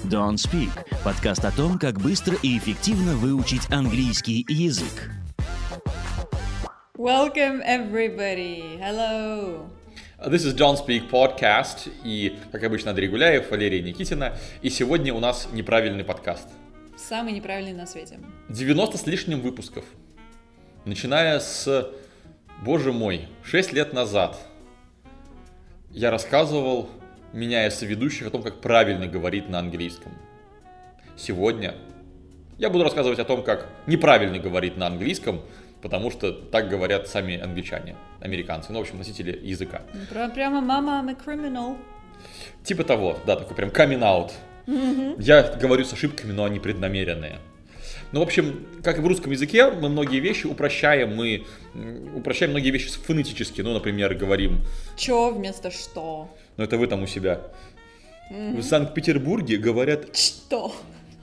Don't Speak – подкаст о том, как быстро и эффективно выучить английский язык. Welcome everybody. Hello. This is Don't Speak podcast, и, как обычно, Андрей Гуляев, Валерия Никитина, и сегодня у нас неправильный подкаст. Самый неправильный на свете. 90 с лишним выпусков, начиная с, боже мой, 6 лет назад я рассказывал, меняя соведущих, о том, как правильно говорить на английском. Сегодня я буду рассказывать о том, как неправильно говорить на английском, потому что так говорят сами англичане, американцы, ну, в общем, носители языка. Прямо «Mama, I'm a criminal». Типа того, да, такой прям coming out. Я говорю с ошибками, но они преднамеренные. Ну, в общем, как и в русском языке, мы многие вещи упрощаем, мы упрощаем многие вещи фонетически. Ну, например, говорим... Чё вместо что? Ну, это вы там у себя. В Санкт-Петербурге говорят... Что?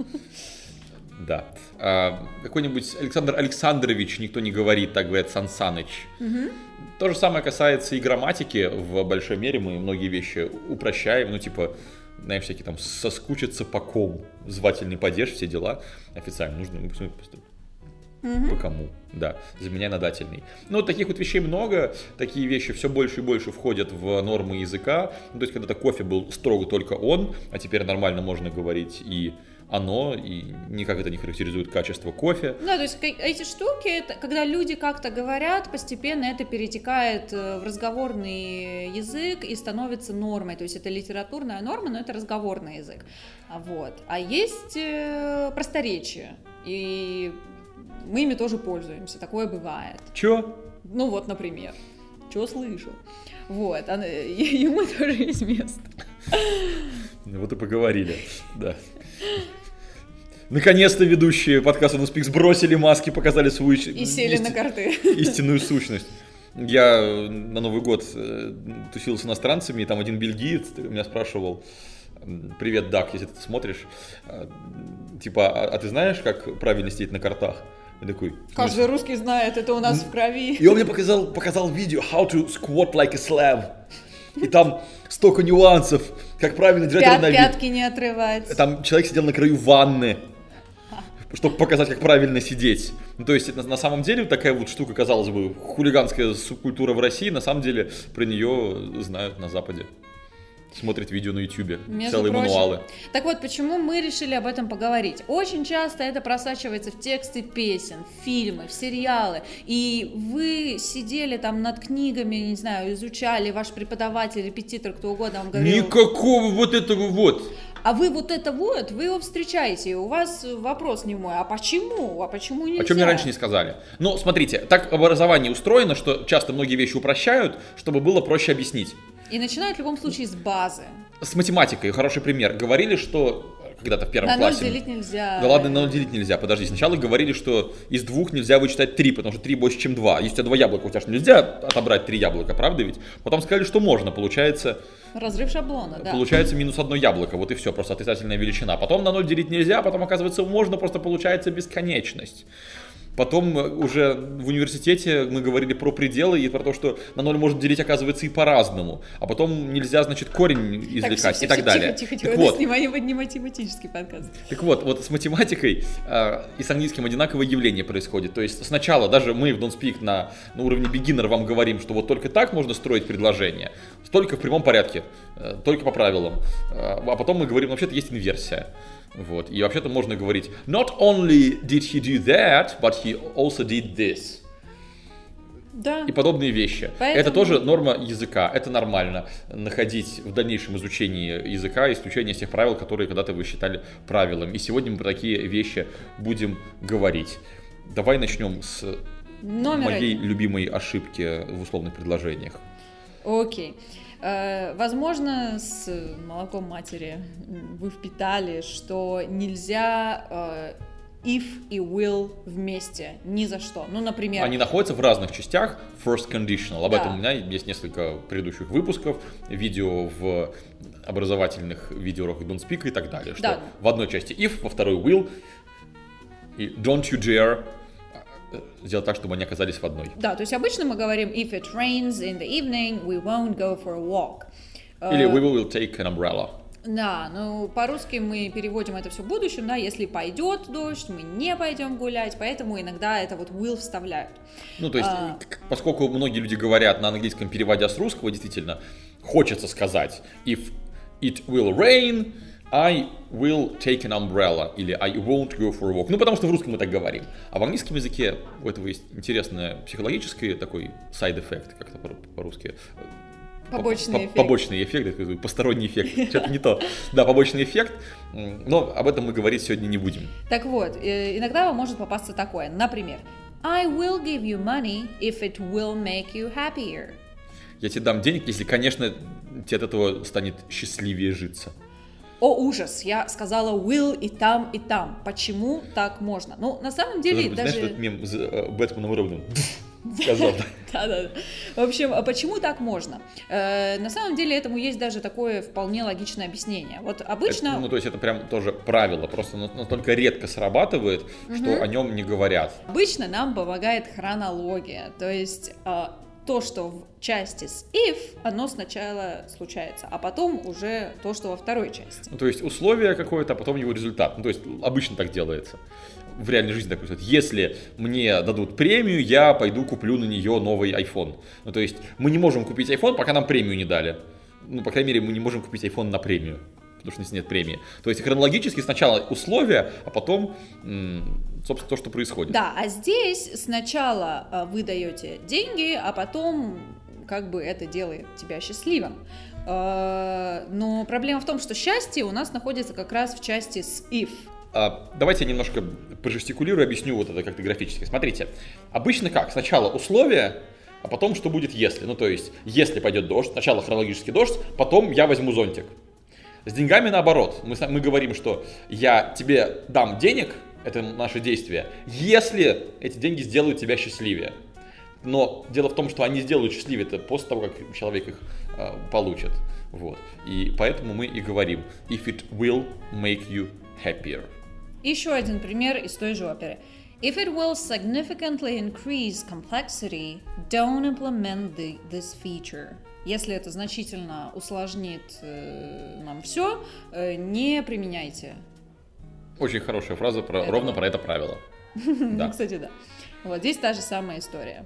Да. Какой-нибудь Александр Александрович никто не говорит, так говорят Сан Саныч. То же самое касается и грамматики. В большой мере мы многие вещи упрощаем. Ну, типа, знаешь, всякие там соскучиться по ком, звательный падеж, все дела. Официально нужно просто по кому, да, заменяй на дательный. Ну, таких вот вещей много, такие вещи все больше и больше входят в нормы языка. Ну, то есть, когда-то кофе был строго только он, а теперь нормально можно говорить и оно, и никак это не характеризует качество кофе. Да, то есть эти штуки, это, когда люди как-то говорят, постепенно это перетекает в разговорный язык и становится нормой. То есть это литературная норма, но это разговорный язык. Вот. А есть просторечие, и мы ими тоже пользуемся, такое бывает. Чё? Ну вот, например. Чё слышал? Вот, ему тоже есть место. Вот и поговорили, да. Наконец-то ведущие подкаста Don't Speak сбросили маски, показали свою и сели на карты. Истинную сущность. Я на Новый год тусил с иностранцами, и там один бельгиец меня спрашивал: «Привет, Дак, если ты смотришь, типа, а ты знаешь, как правильно сидеть на картах?» Я такой: каждый русский знает, это у нас в крови. И он мне показал видео «How to squat like a slave». И там столько нюансов, как правильно держать равновесие. Пятки не отрывать. Там человек сидел на краю ванны, чтобы показать, как правильно сидеть. Ну, то есть, на самом деле, такая вот штука, казалось бы, хулиганская субкультура в России, на самом деле, про нее знают на Западе. Смотрят видео на Ютубе, целые мануалы. Так вот, почему мы решили об этом поговорить? Очень часто это просачивается в тексты песен, в фильмы, в сериалы. И вы сидели там над книгами, не знаю, изучали, ваш преподаватель, репетитор, кто угодно вам говорил. Никакого вот этого вот. А вы вот это вот, вы его встречаете, и у вас вопрос не мой, а почему? А почему нельзя? О чем мне раньше не сказали? Ну, смотрите, так образование устроено, что часто многие вещи упрощают, чтобы было проще объяснить. И начинают в любом случае с базы. С математикой, хороший пример. Говорили, что когда-то в первом классе... На 0 делить нельзя. Да ладно, на 0 делить нельзя, подожди. Сначала говорили, что из 2 нельзя вычитать 3, потому что 3 больше, чем 2. Если у тебя 2 яблока, у тебя же нельзя отобрать 3 яблока, правда ведь? Потом сказали, что можно, получается... Разрыв шаблона, да. Получается минус 1 яблоко, вот и все, просто отрицательная величина. Потом на 0 делить нельзя, потом, оказывается, можно, просто получается бесконечность. Потом уже в университете мы говорили про пределы и про то, что на 0 можно делить, оказывается, и по-разному. А потом нельзя, значит, корень извлекать и так далее. Тихо, это не математический подкаст. Так вот с математикой и с английским одинаковое явление происходит. То есть сначала даже мы в Don't Speak на уровне beginner вам говорим, что вот только так можно строить предложение, только в прямом порядке, только по правилам. А потом мы говорим, вообще-то есть инверсия. Вот. И вообще-то можно говорить not only did he do that, but he also did this. Да. И подобные вещи. Поэтому... Это тоже норма языка. Это нормально находить в дальнейшем изучении языка исключение из тех правил, которые когда-то вы считали правилами. И сегодня мы про такие вещи будем говорить. Давай начнем с моей любимой ошибки в условных предложениях. Окей. Возможно, с молоком матери вы впитали, что нельзя if и will вместе, ни за что. Ну, например... Они находятся в разных частях first conditional. Об да. этом у меня есть несколько предыдущих выпусков, видео в образовательных видеоуроках Don't Speak и так далее. Что да. В одной части if, во второй will, и don't you dare сделать так, чтобы они оказались в одной. Да, то есть обычно мы говорим if it rains in the evening, we won't go for a walk. Или we will take an umbrella. Да, ну по-русски мы переводим это все в будущем, да, если пойдет дождь, мы не пойдем гулять, поэтому иногда это вот will вставляют. Ну, то есть, поскольку многие люди говорят на английском, переводя с русского, действительно, хочется сказать if it will rain, I will take an umbrella, или I won't go for a walk. Ну, потому что в русском мы так говорим. А в английском языке у этого есть интересный психологический такой side-effect, как-то по-русски. Побочный эффект, посторонний эффект, что-то не то. Да, побочный эффект, но об этом мы говорить сегодня не будем. Так вот, иногда вам может попасться такое, например, I will give you money if it will make you happier. Я тебе дам денег, если, конечно, тебе от этого станет счастливее житься. О, ужас, я сказала will и там, и там. Почему так можно? Ну, на самом деле, даже... Знаешь, этот мем с Бэтменом и Робином? Сказал. Да. В общем, почему так можно? На самом деле этому есть даже такое вполне логичное объяснение. Вот обычно... Ну, то есть это прям тоже правило, просто настолько редко срабатывает, что о нем не говорят. Обычно нам помогает хронология, то есть... То, что в части с if, оно сначала случается, а потом уже то, что во второй части. Ну, то есть условие какое-то, а потом его результат. Ну, то есть обычно так делается. В реальной жизни так происходит. Если мне дадут премию, я пойду куплю на нее новый iPhone. Ну, то есть мы не можем купить iPhone, пока нам премию не дали. Ну, по крайней мере, мы не можем купить iPhone на премию, потому что нет премии. То есть хронологически сначала условия, а потом, собственно, то, что происходит. Да, а здесь сначала вы даете деньги, а потом как бы это делает тебя счастливым. Но проблема в том, что счастье у нас находится как раз в части с if. Давайте я немножко пожестикулирую, объясню вот это как-то графически. Смотрите, обычно как? Сначала условия, а потом что будет если. Ну, то есть, если пойдет дождь, сначала хронологический дождь, потом я возьму зонтик. С деньгами наоборот. Мы говорим, что я тебе дам денег, это наше действие, если эти деньги сделают тебя счастливее. Но дело в том, что они сделают счастливее это после того, как человек их получит. Вот. И поэтому мы и говорим if it will make you happier. Еще один пример из той же оперы. If it will significantly increase complexity, don't implement this feature. Если это значительно усложнит нам все, не применяйте. Очень хорошая фраза ровно про это правило. Да. Кстати, да. Вот здесь та же самая история.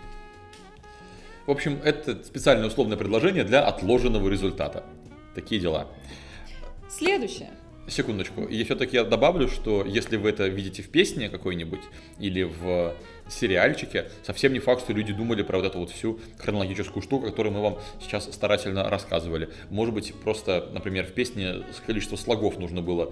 В общем, это специальное условное предложение для отложенного результата. Такие дела. Следующее. Секундочку. И все-таки я добавлю, что если вы это видите в песне какой-нибудь или в сериальчике, совсем не факт, что люди думали про вот эту вот всю хронологическую штуку, которую мы вам сейчас старательно рассказывали. Может быть, просто, например, в песне количество слогов нужно было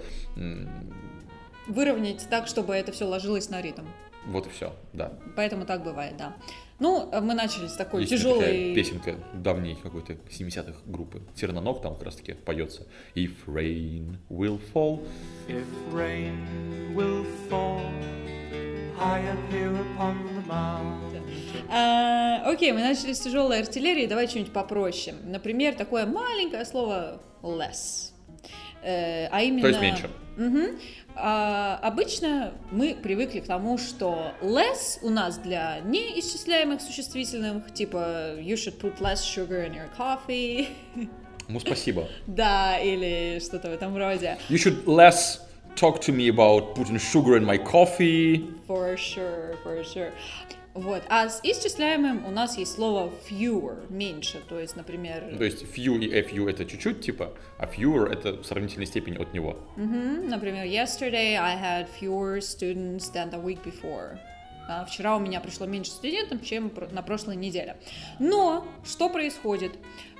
выровнять так, чтобы это все ложилось на ритм. Вот и все, да. Поэтому так бывает, да. Ну, мы начали с такой есть тяжелой... такая песенка давней какой-то 70-х группы. Терноног там как раз таки поется. If rain will fall. If rain will fall, high up here upon the mountain. Окей, мы начали с тяжелой артиллерии, давай что-нибудь попроще. Например, такое маленькое слово less. А именно... То есть меньше. Угу. Обычно мы привыкли к тому, что less у нас для неисчисляемых существительных, типа you should put less sugar in your coffee. Ну, спасибо. Да, или что-то в этом роде. You should less talk to me about putting sugar in my coffee. For sure. Вот. А с исчисляемым у нас есть слово fewer, меньше, то есть, например... То есть few и few это чуть-чуть типа, а fewer это сравнительная степень от него. Например, yesterday I had fewer students than the week before. Вчера у меня пришло меньше студентов, чем на прошлой неделе. Но что происходит?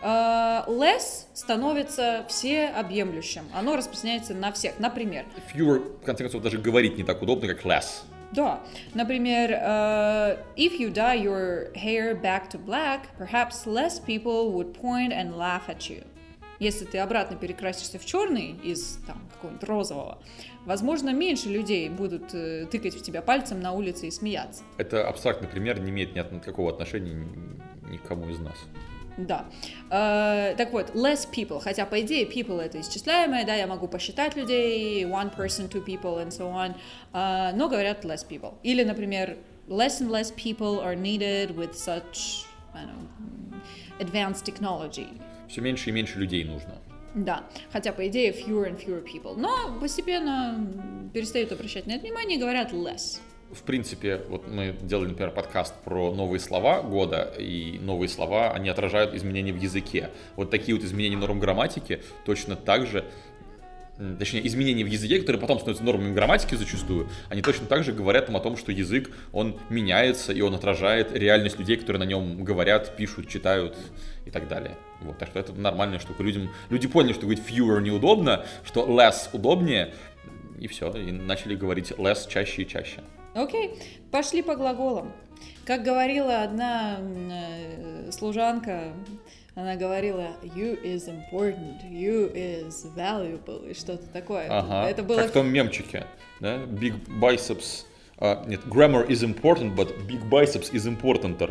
Less становится всеобъемлющим. Оно распространяется на всех. Например... Fewer, в конце концов, даже говорить не так удобно, как less. Да. Например, if you dye your hair back to black, perhaps less people would point and laugh at you. Если ты обратно перекрасишься в черный из какого-нибудь розового, возможно, меньше людей будут тыкать в тебя пальцем на улице и смеяться. Это абстрактный пример, не имеет никакого отношения ни к кому из нас. Да. Так вот, less people, хотя по идее people это исчисляемое, да, я могу посчитать людей, one person, two people and so on, но говорят less people. Или, например, less and less people are needed with such, advanced technology. Все меньше и меньше людей нужно. Да, хотя, по идее, fewer and fewer people. Но постепенно перестают обращать на это внимание и говорят less. В принципе, вот мы делали, например, подкаст про новые слова года, и новые слова, они отражают изменения в языке. Вот такие вот изменения норм грамматики точно так же, точнее, изменения в языке, которые потом становятся нормами грамматики зачастую, они точно так же говорят нам о том, что язык, он меняется, и он отражает реальность людей, которые на нем говорят, пишут, читают и так далее. Вот, так что это нормальная штука. Люди поняли, что говорить fewer неудобно, что less удобнее, и все, и начали говорить less чаще и чаще. Окей, пошли по глаголам. Как говорила одна служанка, она говорила you is important, you is valuable и что-то такое. Ага, это было... как в том мемчике, да? Big biceps, нет, grammar is important, but big biceps is importanter.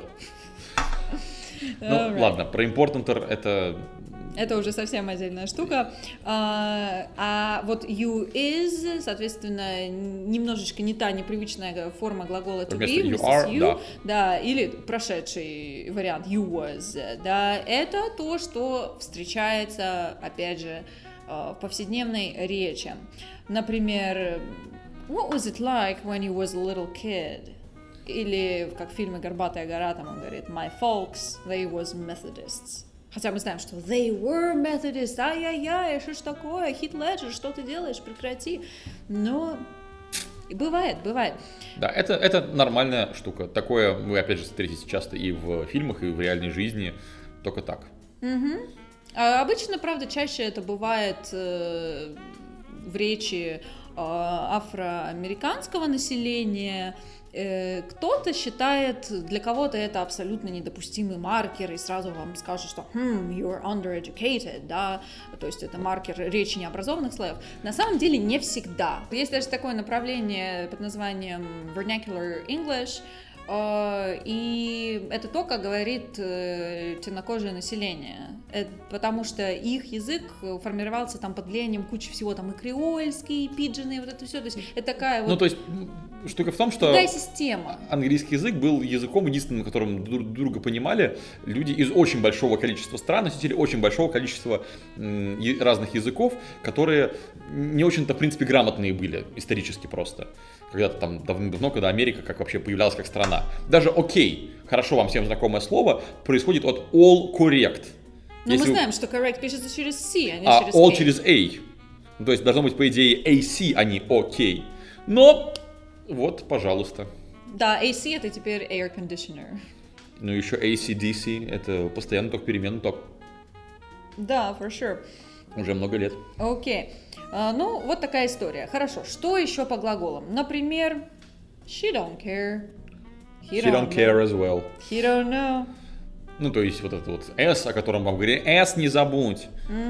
Ну, ладно, про importanter это уже совсем отдельная штука. А вот you is, соответственно, немножечко не та непривычная форма глагола to be, you are, да, или прошедший вариант you was, да, это то, что встречается, опять же, в повседневной речи. Например, what was it like when you was a little kid? Или, как в фильме «Горбатая гора», там он говорит my folks, they was Methodists. Хотя мы знаем, что they were Methodists, ай-яй-яй, что ж такое, Heath Ledger, что ты делаешь, прекрати. Но бывает. Да, это нормальная штука. Такое вы, опять же, встретите часто и в фильмах, и в реальной жизни, только так. Угу. А обычно, правда, чаще это бывает в речи афроамериканского населения. Кто-то считает, для кого-то это абсолютно недопустимый маркер, и сразу вам скажут, что you're undereducated, да, то есть это маркер речи необразованных слоев. На самом деле не всегда. Есть даже такое направление под названием vernacular English, и это то, как говорит темнокожее население, потому что их язык формировался там под влиянием кучи всего, там и креольский, и пиджины, и вот это все, то есть это такая вот... Ну, то есть штука в том, что система. Английский язык был языком единственным, которым друг друга понимали люди из очень большого количества стран, носители очень большого количества разных языков, которые не очень-то, в принципе, грамотные были исторически просто. Когда-то там давно, когда Америка как вообще появлялась как страна. Даже окей, хорошо вам всем знакомое слово, происходит от all correct. Но мы знаем, что correct пишется через C, а не через all A. через A. То есть должно быть, по идее, AC, а не OK. Но вот, пожалуйста. Да, AC это теперь air conditioner. Ну еще AC/DC, это постоянно ток, переменный ток. Да, for sure. Уже много лет. Окей. Ну, вот такая история. Хорошо, что еще по глаголам? Например, she don't care. She don't care as well. He don't know. Ну, то есть вот этот вот S, о котором вам говорили, S не забудь.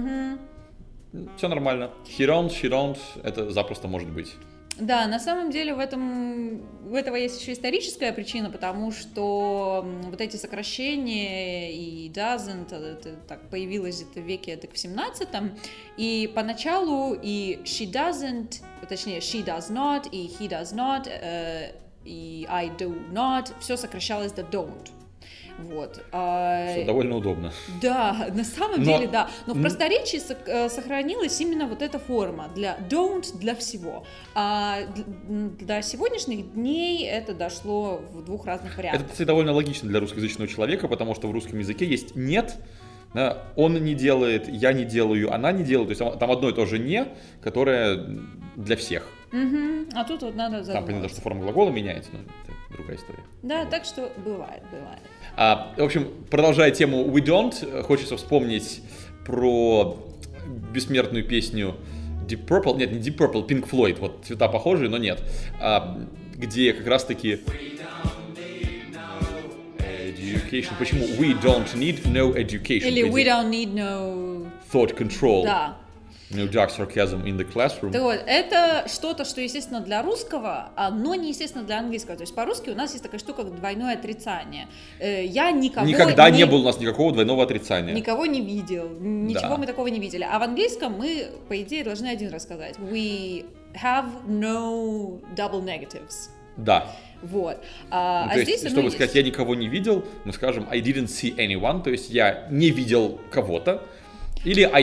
Все нормально. He don't, это запросто может быть. Да, на самом деле у этого есть еще историческая причина, потому что вот эти сокращения и doesn't, это так появилось в веке так в 17-м, и поначалу и she doesn't, точнее she does not, и he does not, и I do not, все сокращалось до don't. Вот. Что довольно удобно. Да, на самом деле, да. Но в просторечии сохранилась именно вот эта форма для don't, для всего. А до сегодняшних дней это дошло в двух разных вариантах. Это, кстати, довольно логично для русскоязычного человека, потому что в русском языке есть нет, да, он не делает, я не делаю, она не делает. То есть там одно и то же не, которое для всех. Угу. А тут вот надо задуматься. Там понятно, что форма глагола меняется, но это другая история. Да, вот. Так что бывает. В общем, продолжая тему We Don't, хочется вспомнить про бессмертную песню Deep Purple, нет, не Deep Purple, Pink Floyd, вот цвета похожие, но нет, где как раз-таки education. Почему we don't need no education? Или we don't need no thought control. Да. No dark sarcasm in the classroom. Так вот, это что-то, что естественно для русского, но не естественно для английского. То есть по-русски у нас есть такая штука, как двойное отрицание. Я никогда не было у нас никакого двойного отрицания. Никого не видел, ничего мы такого не видели. А в английском мы, по идее, должны один раз сказать. We have no double negatives. Да. Вот. То есть, чтобы сказать, я никого не видел, мы скажем I didn't see anyone, то есть я не видел кого-то. Или I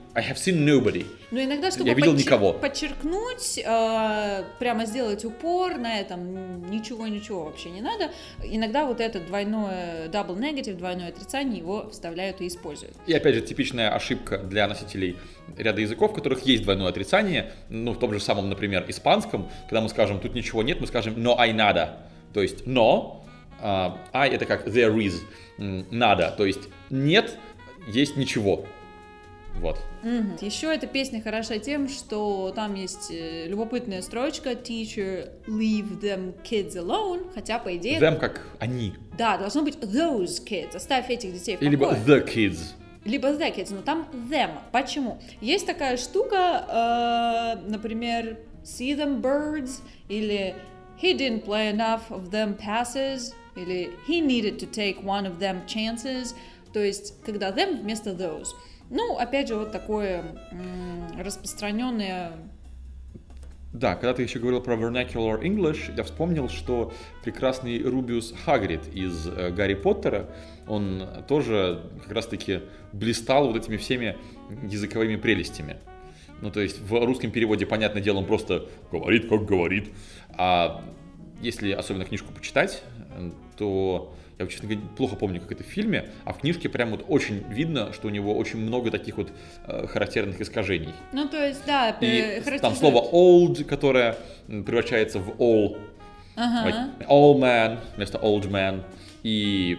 I have seen nobody. Но иногда, чтобы Я видел никого. подчеркнуть, прямо сделать упор на этом, ничего вообще не надо, иногда вот это двойное double negative, двойное отрицание, его вставляют и используют. И опять же, типичная ошибка для носителей ряда языков, в которых есть двойное отрицание, ну, в том же самом, например, испанском, когда мы скажем, тут ничего нет, мы скажем no hay nada, то есть no, I это как there is, nada, то есть нет, есть ничего. Вот. Еще эта песня хороша тем, что там есть любопытная строчка teacher leave them kids alone, хотя по идее... Them как они. Да, должно быть those kids, оставь этих детей в покое. Либо the kids. Либо the kids, но там them. Почему? Есть такая штука, например, see them birds, или he didn't play enough of them passes, или he needed to take one of them chances, то есть когда them вместо those. Ну, опять же, вот такое распространенное... Да, когда ты еще говорил про vernacular English, я вспомнил, что прекрасный Рубиус Хагрид из Гарри Поттера, он тоже как раз-таки блистал вот этими всеми языковыми прелестями. Ну, то есть в русском переводе, понятное дело, он просто говорит, как говорит. А если особенно книжку почитать, то... Я, честно говоря, плохо помню, как это в фильме, а в книжке прям вот очень видно, что у него очень много таких вот характерных искажений. Ну, то есть, да, и там слово old, которое превращается в all. All man вместо old man. И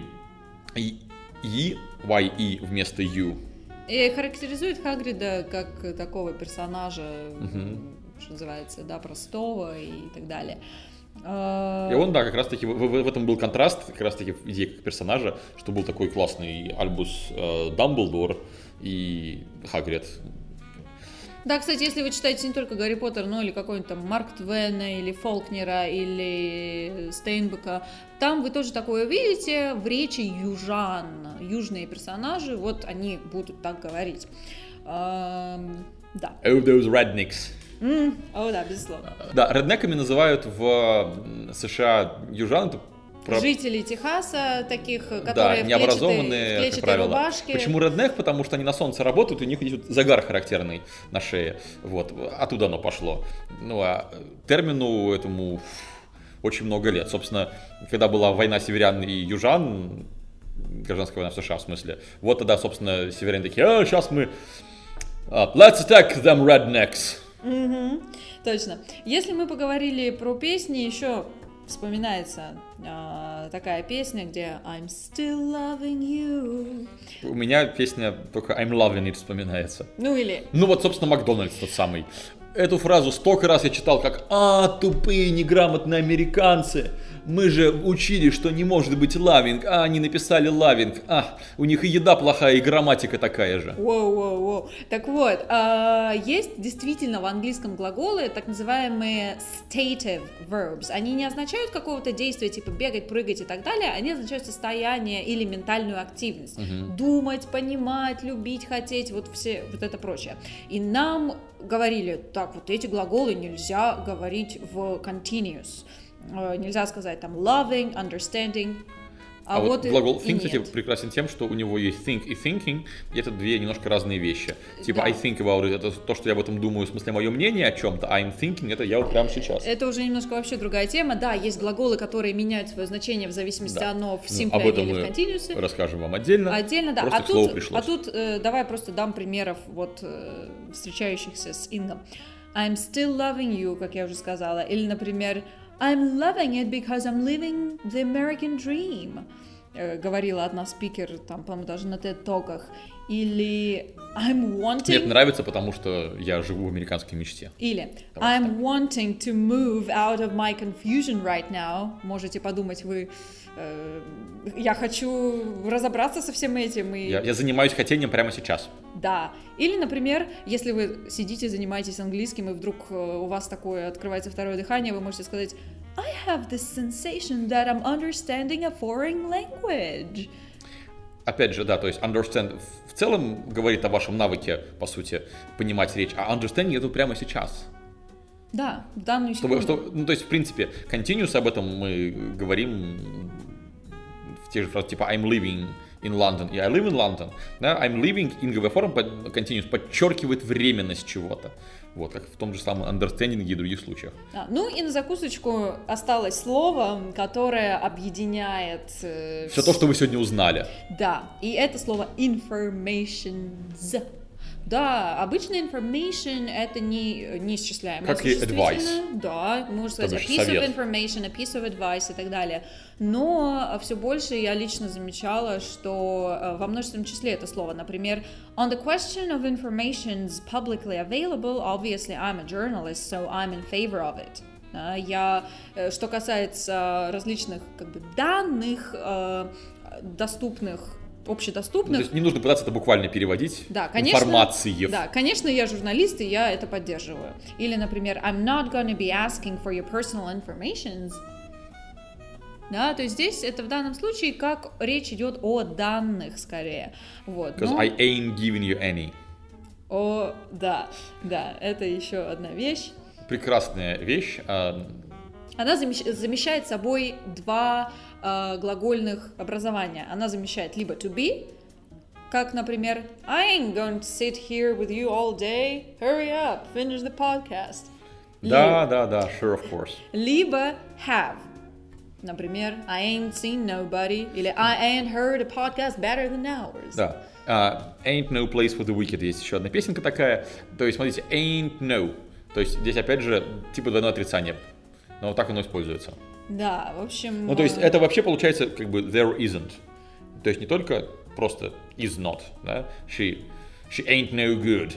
y вместо you. И характеризует Хагрида как такого персонажа, что называется, да, простого и так далее. И он, да, как раз-таки в этом был контраст, как раз-таки в идее как персонажа, что был такой классный Альбус Дамблдор и Хагрид. Да, кстати, если вы читаете не только Гарри Поттер, но или какой-нибудь там Марк Твена, или Фолкнера, или Стейнбека, там вы тоже такое видите в речи южан, южные персонажи, вот они будут так говорить. Да. Oh, those rednecks. О, да, безусловно. Да, реднеками называют в США южан, жителей Техаса, таких, которые да, необразованные, как правило. Рубашке. Почему реднек? Потому что они на солнце работают, и у них идет загар характерный на шее. Вот, оттуда оно пошло. Ну, а термину этому очень много лет. Собственно, когда была война северян и южан, гражданская война в США, в смысле, вот тогда, собственно, северяне такие, сейчас мы let's attack them rednecks. Точно. Если мы поговорили про песни, еще вспоминается такая песня, где I'm still loving you. У меня песня только I'm loving it вспоминается. Ну или... Ну вот, собственно, Макдональдс тот самый. Эту фразу столько раз я читал, как тупые неграмотные американцы. Мы же учили, что не может быть loving, они написали loving. У них и еда плохая, и грамматика такая же. Воу. Так вот, есть действительно в английском глаголы так называемые stative verbs. Они не означают какого-то действия, типа бегать, прыгать и так далее, они означают состояние или ментальную активность. Думать, понимать, любить, хотеть, вот это прочее. И нам говорили, так, вот эти глаголы нельзя говорить в continuous. Нельзя сказать там loving, understanding. А вот глагол think, кстати, прекрасен тем, что у него есть think и thinking, и это две немножко разные вещи. Типа да. I think about it, это то, что я об этом думаю, в смысле мое мнение о чем-то, а I'm thinking, это я вот прямо сейчас. Это уже немножко вообще другая тема. Да, есть глаголы, которые меняют свое значение в зависимости оно в simple или в continuous. Расскажем вам отдельно. Отдельно, да. А тут давай просто дам примеров вот встречающихся с ингом. I'm still loving you, как я уже сказала. Или, например, I'm loving it because I'm living the American dream. Говорила одна спикер, там, по-моему, даже на TED-токах. Или I'm wanting... Мне это нравится, потому что я живу в американской мечте. Или I'm wanting to move out of my confusion right now. Можете подумать вы... я хочу разобраться со всем этим. И... Я занимаюсь хотением прямо сейчас. Да. Или, например, если вы сидите, занимаетесь английским, и вдруг у вас такое открывается второе дыхание, вы можете сказать I have this sensation that I'm understanding a foreign language. Опять же, да, то есть understand в целом говорит о вашем навыке, по сути, понимать речь, а understanding это прямо сейчас. Да, в данную секунду. Ну, то есть, в принципе, continuous об этом мы говорим в тех же фразах, типа I'm living in London и I live in London. Да, I'm living, инговая форма continuous подчеркивает временность чего-то. Вот, как в том же самом understanding и других случаях. Ну и на закусочку осталось слово, которое объединяет... все то, что вы сегодня узнали. Да, и это слово informations. Да, обычно information это не исчисляемое. Как и advice. Да, можно сказать a piece of information, a piece of advice и так далее. Но все больше я лично замечала, что во множественном числе это слово. Например, on the question of informations publicly available, obviously I'm a journalist, so I'm in favor of it. Что касается различных данных, доступных, общедоступных. То есть не нужно пытаться это буквально переводить. Да, конечно, информации. Да, конечно, я журналист, и я это поддерживаю. Или, например, I'm not gonna be asking for your personal information. Да, то есть здесь это в данном случае как речь идет о данных скорее. Вот. Because I ain't giving you any. О, да, это еще одна вещь. Прекрасная вещь. Она замещает собой два глагольных образования. Она замещает либо to be, как, например, I ain't going to sit here with you all day. Hurry up, finish the podcast. Да, sure, of course. Либо have. Например, I ain't seen nobody, или I ain't heard a podcast better than ours. Да. Ain't no place for the wicked. Есть еще одна песенка такая. То есть, смотрите, ain't no. То есть, здесь опять же типа двойное отрицание. Но вот так оно используется. Да, в общем... Ну, то есть, это вообще получается как бы there isn't. То есть, не только просто is not, да? She ain't no good.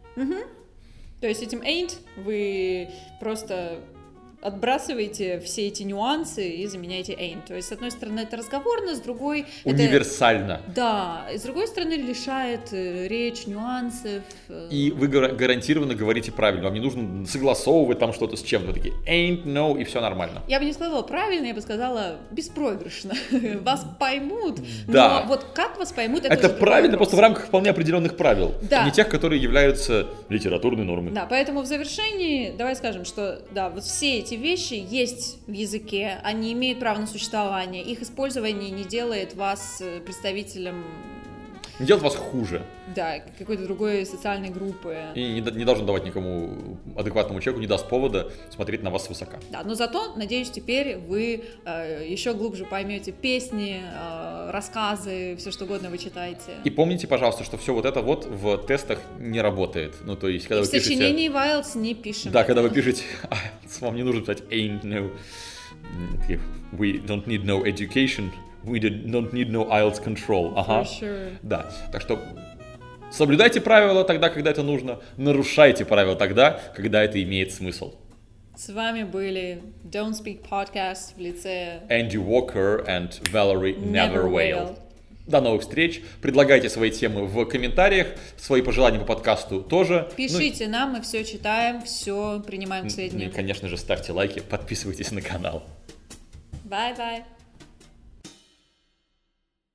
То есть, этим ain't вы просто отбрасываете все эти нюансы и заменяете ain't. То есть, с одной стороны, это разговорно, с другой... Универсально. Да, и с другой стороны, лишает речь нюансов. И вы гарантированно говорите правильно. Вам не нужно согласовывать там что-то с чем-то. Вы такие ain't no, и все нормально. Я бы не сказала правильно, я бы сказала беспроигрышно. Вас поймут, да. Но вот как вас поймут, это правильно, просто в рамках вполне определенных правил. Да. А не тех, которые являются литературной нормой. Да, поэтому в завершении давай скажем, что да, вот все эти вещи есть в языке, они имеют право на существование, их использование не делает вас представителем... Не делает вас хуже. Да, какой-то другой социальной группы. И не должен давать никому адекватному человеку, не даст повода смотреть на вас свысока. Да, но зато, надеюсь, теперь вы еще глубже поймете песни, рассказы, все что угодно вы читаете. И помните, пожалуйста, что все вот это вот в тестах не работает. Ну, то есть, когда и вы пишете... в сочинении IELTS не пишем. Да, когда вы пишете IELTS, вам не нужно писать ain't no. We don't need no education. We don't need no IELTS control. Ага. Sure. Да. Так что соблюдайте правила тогда, когда это нужно. Нарушайте правила тогда, когда это имеет смысл. С вами были Don't Speak Podcast в лице Энди Уокер и Valerie Neverwhale. До новых встреч. Предлагайте свои темы в комментариях, свои пожелания по подкасту тоже. Пишите нам, мы все читаем, все принимаем к сведению. И, конечно же, ставьте лайки, подписывайтесь на канал. Bye-bye.